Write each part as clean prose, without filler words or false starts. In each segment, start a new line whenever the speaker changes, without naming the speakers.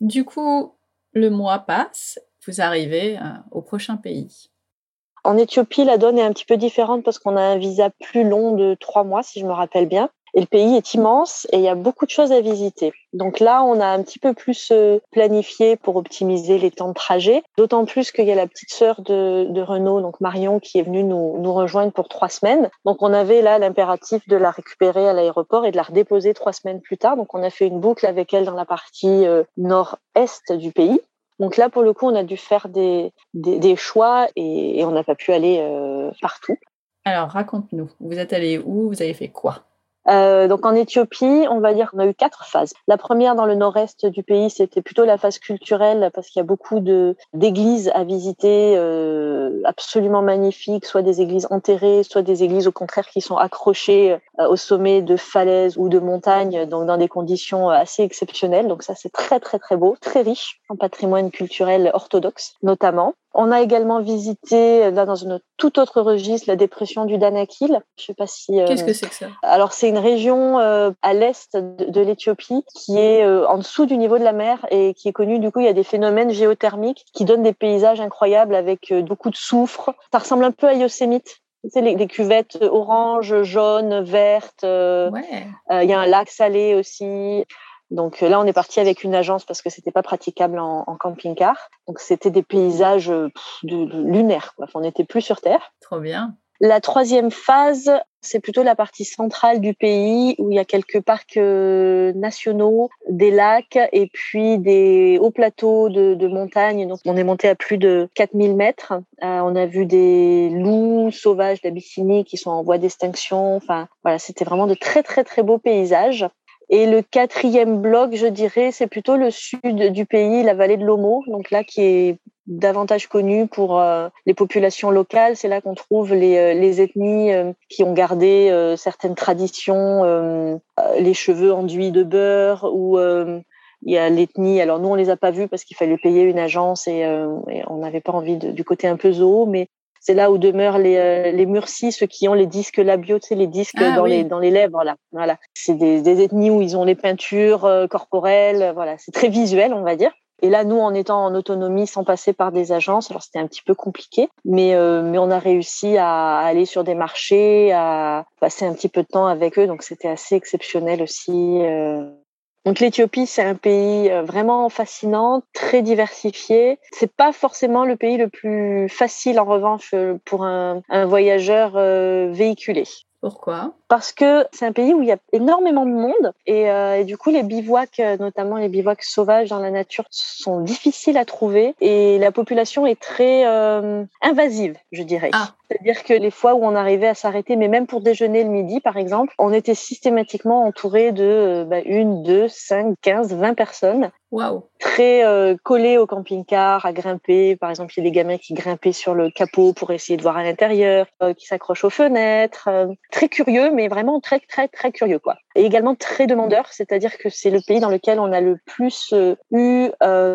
Du coup, le mois passe, vous arrivez au prochain pays.
En Éthiopie, la donne est un petit peu différente parce qu'on a un visa plus long de 3 mois, si je me rappelle bien. Et le pays est immense et il y a beaucoup de choses à visiter. Donc là, on a un petit peu plus planifié pour optimiser les temps de trajet. D'autant plus qu'il y a la petite sœur de Renaud, donc Marion, qui est venue nous rejoindre pour 3 semaines. Donc on avait là l'impératif de la récupérer à l'aéroport et de la redéposer 3 semaines plus tard. Donc on a fait une boucle avec elle dans la partie nord-est du pays. Donc là, pour le coup, on a dû faire des choix et on n'a pas pu aller partout.
Alors, raconte-nous, vous êtes allé où? Vous avez fait quoi?
Donc en Éthiopie, on va dire qu'on a eu 4 phases. La première dans le nord-est du pays, c'était plutôt la phase culturelle parce qu'il y a beaucoup d'églises à visiter, absolument magnifiques, soit des églises enterrées, soit des églises au contraire qui sont accrochées au sommet de falaises ou de montagnes, donc dans des conditions assez exceptionnelles. Donc ça, c'est très très très beau, très riche en patrimoine culturel orthodoxe notamment. On a également visité, là dans un tout autre registre, la dépression du Danakil. Je sais pas si.
Qu'est-ce que c'est que ça?
Alors c'est une région à l'est de l'Éthiopie qui est en dessous du niveau de la mer et qui est connue. Du coup, il y a des phénomènes géothermiques qui donnent des paysages incroyables avec beaucoup de soufre. Ça ressemble un peu à Yosemite. Tu sais, les cuvettes orange, jaune, vertes.
Ouais.
Il y a un lac salé aussi. Donc là, on est parti avec une agence parce que c'était pas praticable en camping-car. Donc c'était des paysages lunaires, quoi. Enfin, on n'était plus sur Terre.
Trop bien.
La troisième phase, c'est plutôt la partie centrale du pays où il y a quelques parcs nationaux, des lacs et puis des hauts plateaux de montagne. Donc on est monté à plus de 4000 mètres. On a vu des loups sauvages d'Abyssinie qui sont en voie d'extinction. Enfin voilà, c'était vraiment de très très très beaux paysages. Et le quatrième bloc, je dirais, c'est plutôt le sud du pays, la vallée de l'Omo, donc là qui est davantage connu pour les populations locales. C'est là qu'on trouve les ethnies qui ont gardé certaines traditions, les cheveux enduits de beurre ou il y a l'ethnie. Alors nous on les a pas vus parce qu'il fallait payer une agence et on n'avait pas envie du côté un peu zoo, mais c'est là où demeurent les Mursis, ceux qui ont les disques labiaux, tu sais, les disques dans les lèvres, là. Voilà. C'est des ethnies où ils ont les peintures corporelles. Voilà. C'est très visuel, on va dire. Et là, nous, en étant en autonomie, sans passer par des agences, alors c'était un petit peu compliqué, mais on a réussi à aller sur des marchés, à passer un petit peu de temps avec eux. Donc, c'était assez exceptionnel aussi. Donc l'Éthiopie, c'est un pays vraiment fascinant, très diversifié. C'est pas forcément le pays le plus facile en revanche pour un voyageur véhiculé.
Pourquoi?
Parce que c'est un pays où il y a énormément de monde et du coup les bivouacs, notamment les bivouacs sauvages dans la nature, sont difficiles à trouver et la population est très invasive, je dirais.
Ah.
C'est-à-dire que les fois où on arrivait à s'arrêter, mais même pour déjeuner le midi par exemple, on était systématiquement entouré de 1, 2, 5, 15, 20 personnes.
Waouh.
Très collés au camping-car, à grimper. Par exemple, il y a des gamins qui grimpaient sur le capot pour essayer de voir à l'intérieur, qui s'accrochent aux fenêtres. Très curieux, mais vraiment très, très, très curieux, quoi. Et également très demandeurs, c'est-à-dire que c'est le pays dans lequel on a le plus eu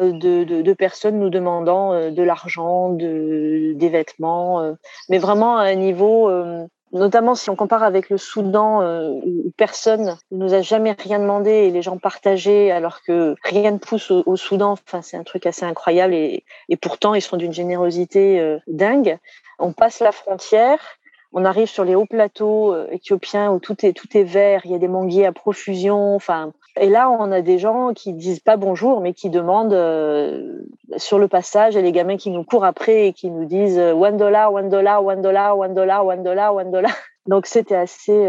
de personnes nous demandant de l'argent, des vêtements, mais vraiment à un niveau... notamment si on compare avec le Soudan, où personne ne nous a jamais rien demandé et les gens partageaient alors que rien ne pousse au Soudan. Enfin, c'est un truc assez incroyable et pourtant ils sont d'une générosité dingue. On passe la frontière, on arrive sur les hauts plateaux éthiopiens où tout est vert, il y a des manguiers à profusion. Enfin, et là on a des gens qui disent pas bonjour mais qui demandent sur le passage, et les gamins qui nous courent après et qui nous disent $1, $1, $1, $1, $1, $1. Donc c'était assez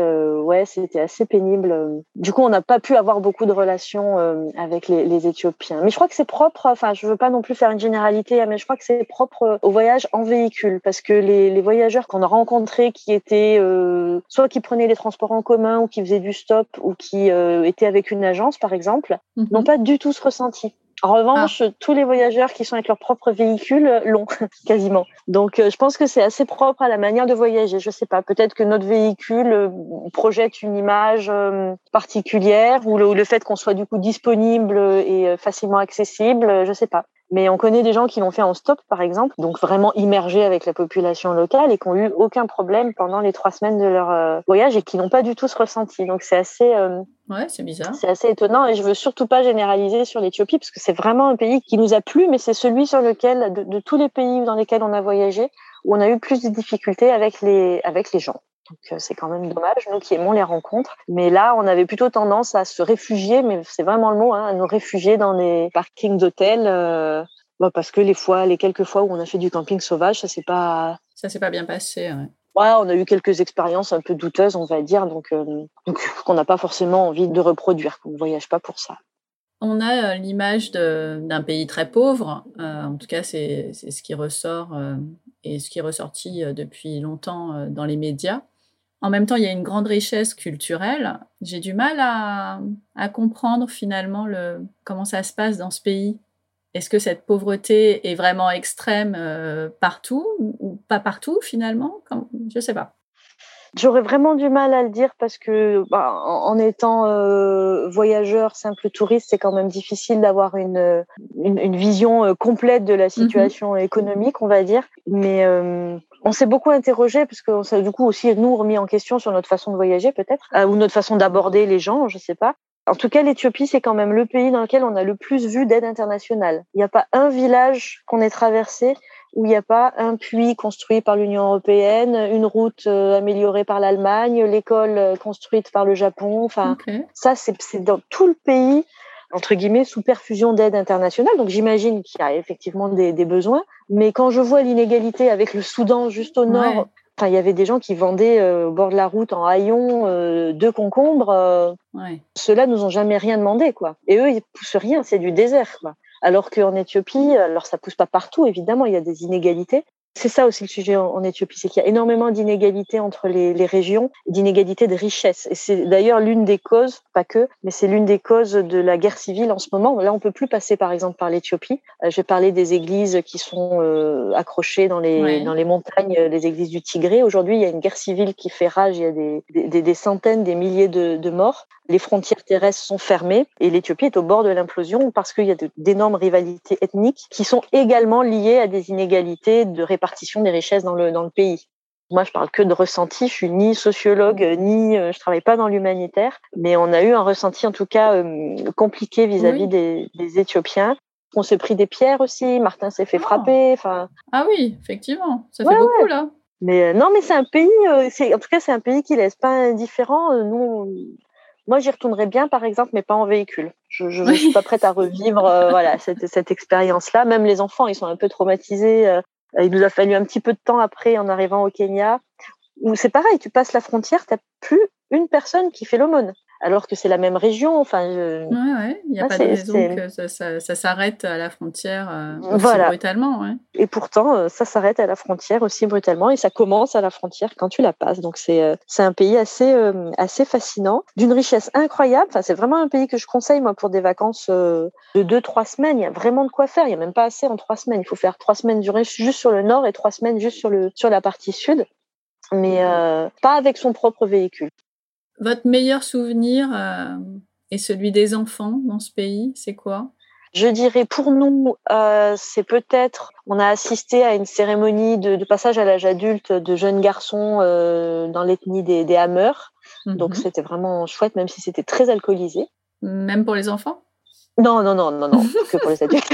pénible. Du coup, on n'a pas pu avoir beaucoup de relations avec les Éthiopiens. Mais je crois que c'est propre. Enfin, je veux pas non plus faire une généralité, mais je crois que c'est propre au voyage en véhicule, parce que les voyageurs qu'on a rencontrés, qui étaient soit qui prenaient les transports en commun, ou qui faisaient du stop, ou qui étaient avec une agence, par exemple, n'ont pas du tout ce ressenti. En revanche, tous les voyageurs qui sont avec leur propre véhicule l'ont quasiment. Donc, je pense que c'est assez propre à la manière de voyager. Je sais pas, peut-être que notre véhicule projette une image particulière, ou le fait qu'on soit du coup disponible et facilement accessible, je sais pas. Mais on connaît des gens qui l'ont fait en stop, par exemple, donc vraiment immergés avec la population locale et qui n'ont eu aucun problème pendant les 3 semaines de leur voyage et qui n'ont pas du tout ce ressenti. Donc c'est assez
c'est bizarre.
C'est assez étonnant et je veux surtout pas généraliser sur l'Éthiopie parce que c'est vraiment un pays qui nous a plu, mais c'est celui sur lequel, de tous les pays dans lesquels on a voyagé, où on a eu plus de difficultés avec les gens. Donc c'est quand même dommage, nous qui aimons les rencontres. Mais là, on avait plutôt tendance à se réfugier, mais c'est vraiment le mot, à nous réfugier dans les parkings d'hôtels, parce que les quelques fois où on a fait du camping sauvage,
ça s'est pas bien passé. Ouais.
Ouais, on a eu quelques expériences un peu douteuses, on va dire, donc qu'on n'a pas forcément envie de reproduire, qu'on ne voyage pas pour ça.
On a l'image d'un pays très pauvre, en tout cas c'est ce qui ressort et ce qui est ressorti depuis longtemps dans les médias. En même temps, il y a une grande richesse culturelle. J'ai du mal à comprendre finalement comment ça se passe dans ce pays. Est-ce que cette pauvreté est vraiment extrême partout ou pas partout finalement ? Je ne sais pas.
J'aurais vraiment du mal à le dire parce que en étant voyageur, simple touriste, c'est quand même difficile d'avoir une vision complète de la situation économique, on va dire. Mais on s'est beaucoup interrogé parce qu'on s'est du coup aussi nous remis en question sur notre façon de voyager peut-être ou notre façon d'aborder les gens, je sais pas. En tout cas, l'Éthiopie, c'est quand même le pays dans lequel on a le plus vu d'aide internationale. Il n'y a pas un village qu'on ait traversé où il n'y a pas un puits construit par l'Union européenne, une route améliorée par l'Allemagne, l'école construite par le Japon. Enfin, ça, c'est dans tout le pays, entre guillemets, sous perfusion d'aide internationale. Donc, j'imagine qu'il y a effectivement des besoins. Mais quand je vois l'inégalité avec le Soudan juste au nord, enfin, il y avait des gens qui vendaient au bord de la route en haillons 2 concombres. Ceux-là nous ont jamais rien demandé, quoi. Et eux, ils poussent rien, c'est du désert, quoi. Alors qu'en Éthiopie, alors ça pousse pas partout, évidemment, il y a des inégalités. C'est ça aussi le sujet en Éthiopie, c'est qu'il y a énormément d'inégalités entre les régions, d'inégalités de richesse. Et c'est d'ailleurs l'une des causes, pas que, mais c'est l'une des causes de la guerre civile en ce moment. Là, on peut plus passer, par exemple, par l'Éthiopie. Je vais parler des églises qui sont accrochées dans les montagnes, les églises du Tigré. Aujourd'hui, il y a une guerre civile qui fait rage, il y a des centaines, des milliers de morts. Les frontières terrestres sont fermées et l'Éthiopie est au bord de l'implosion parce qu'il y a d'énormes rivalités ethniques qui sont également liées à des inégalités de répartition des richesses dans le pays. Moi, je parle que de ressenti. Je suis ni sociologue, ni je travaille pas dans l'humanitaire, mais on a eu un ressenti en tout cas compliqué vis-à-vis des Éthiopiens. On s'est pris des pierres aussi. Martin s'est fait frapper. Enfin.
Ah oui, effectivement, ça fait beaucoup là.
Mais non, mais c'est un pays. En tout cas, c'est un pays qui laisse pas indifférent. Moi, j'y retournerais bien, par exemple, mais pas en véhicule. Je ne suis pas prête à revivre cette expérience-là. Même les enfants, ils sont un peu traumatisés. Il nous a fallu un petit peu de temps après, en arrivant au Kenya, où c'est pareil, tu passes la frontière, tu n'as plus une personne qui fait l'aumône, alors que c'est la même région. Enfin,
il n'y a pas de raison que ça s'arrête à la frontière aussi brutalement. Ouais.
Et pourtant, ça s'arrête à la frontière aussi brutalement et ça commence à la frontière quand tu la passes. Donc, c'est un pays assez fascinant, d'une richesse incroyable. Enfin, c'est vraiment un pays que je conseille, moi, pour des vacances de 2-3 semaines. Il y a vraiment de quoi faire. Il n'y a même pas assez en 3 semaines. Il faut faire 3 semaines juste sur le nord et 3 semaines juste sur la partie sud, mais pas avec son propre véhicule.
Votre meilleur souvenir est celui des enfants dans ce pays, c'est quoi ?
Je dirais pour nous, c'est peut-être, on a assisté à une cérémonie de passage à l'âge adulte de jeunes garçons dans l'ethnie des Hameurs. Donc c'était vraiment chouette, même si c'était très alcoolisé.
Même pour les enfants ?
Non, que pour les adultes.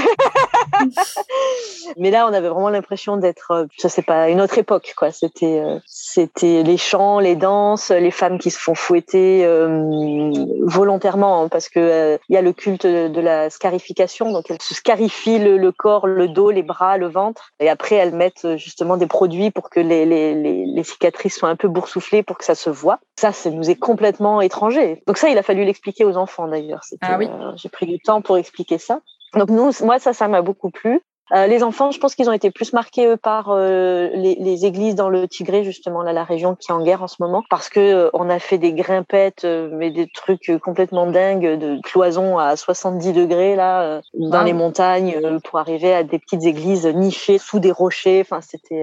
Mais là, on avait vraiment l'impression d'être, je sais pas, une autre époque, quoi. C'était les chants, les danses, les femmes qui se font fouetter volontairement, hein, parce que il y a le culte de la scarification, donc elles se scarifient le corps, le dos, les bras, le ventre, et après elles mettent justement des produits pour que les cicatrices soient un peu boursouflées pour que ça se voit. Ça nous est complètement étranger. Donc ça, il a fallu l'expliquer aux enfants d'ailleurs. J'ai pris du temps pour expliquer ça. Donc moi ça m'a beaucoup plu. Les enfants, je pense qu'ils ont été plus marqués par les églises dans le Tigré, justement, là, la région qui est en guerre en ce moment, parce que on a fait des grimpettes, mais des trucs complètement dingues, de cloisons à 70 degrés là, dans les montagnes, pour arriver à des petites églises nichées sous des rochers. Enfin,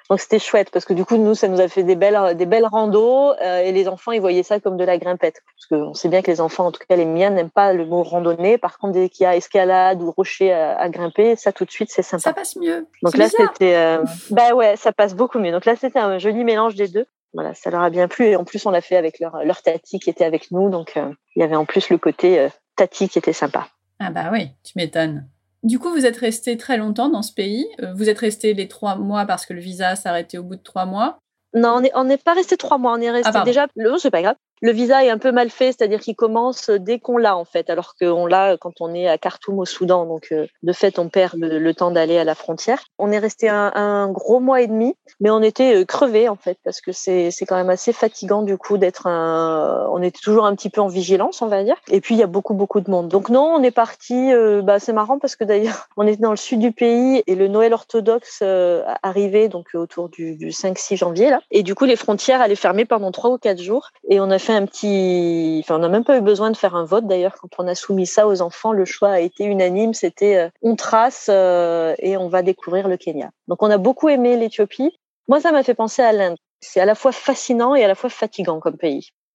Donc c'était chouette parce que du coup nous ça nous a fait des belles randos et les enfants ils voyaient ça comme de la grimpette parce que on sait bien que les enfants, en tout cas les miens, n'aiment pas le mot randonnée. Par contre dès qu'il y a escalade ou rocher à grimper, ça tout de suite c'est sympa.
Ça passe mieux.
Donc
C'est
là
bizarre.
c'était bah ouais, ça passe beaucoup mieux. Donc là c'était un joli mélange des deux. Voilà, ça leur a bien plu et en plus on l'a fait avec leur tati qui était avec nous, donc il y avait en plus le côté tati qui était sympa.
Ah bah oui, tu m'étonnes. Du coup, vous êtes resté très longtemps dans ce pays. Vous êtes resté les 3 mois parce que le visa s'arrêtait au bout de 3 mois.
Non, on n'est pas resté 3 mois. On est resté déjà. Non, c'est pas grave. Le visa est un peu mal fait, c'est-à-dire qu'il commence dès qu'on l'a en fait, alors qu'on l'a quand on est à Khartoum au Soudan. Donc de fait, on perd le temps d'aller à la frontière. On est resté un gros mois et demi, mais on était crevés en fait, parce que c'est quand même assez fatigant du coup d'être on était toujours un petit peu en vigilance, on va dire. Et puis il y a beaucoup de monde. Donc non, on est parti. C'est marrant parce que d'ailleurs, on était dans le sud du pays et le Noël orthodoxe arrivait donc autour du 5-6 janvier là. Et du coup, les frontières allaient fermer pendant 3 ou 4 jours. Et on a fait on n'a même pas eu besoin de faire un vote d'ailleurs. Quand on a soumis ça aux enfants, le choix a été unanime. C'était on trace et on va découvrir le Kenya. Donc on a beaucoup aimé l'Éthiopie. Moi, ça m'a fait penser à l'Inde. C'est à la fois fascinant et à la fois fatigant comme pays.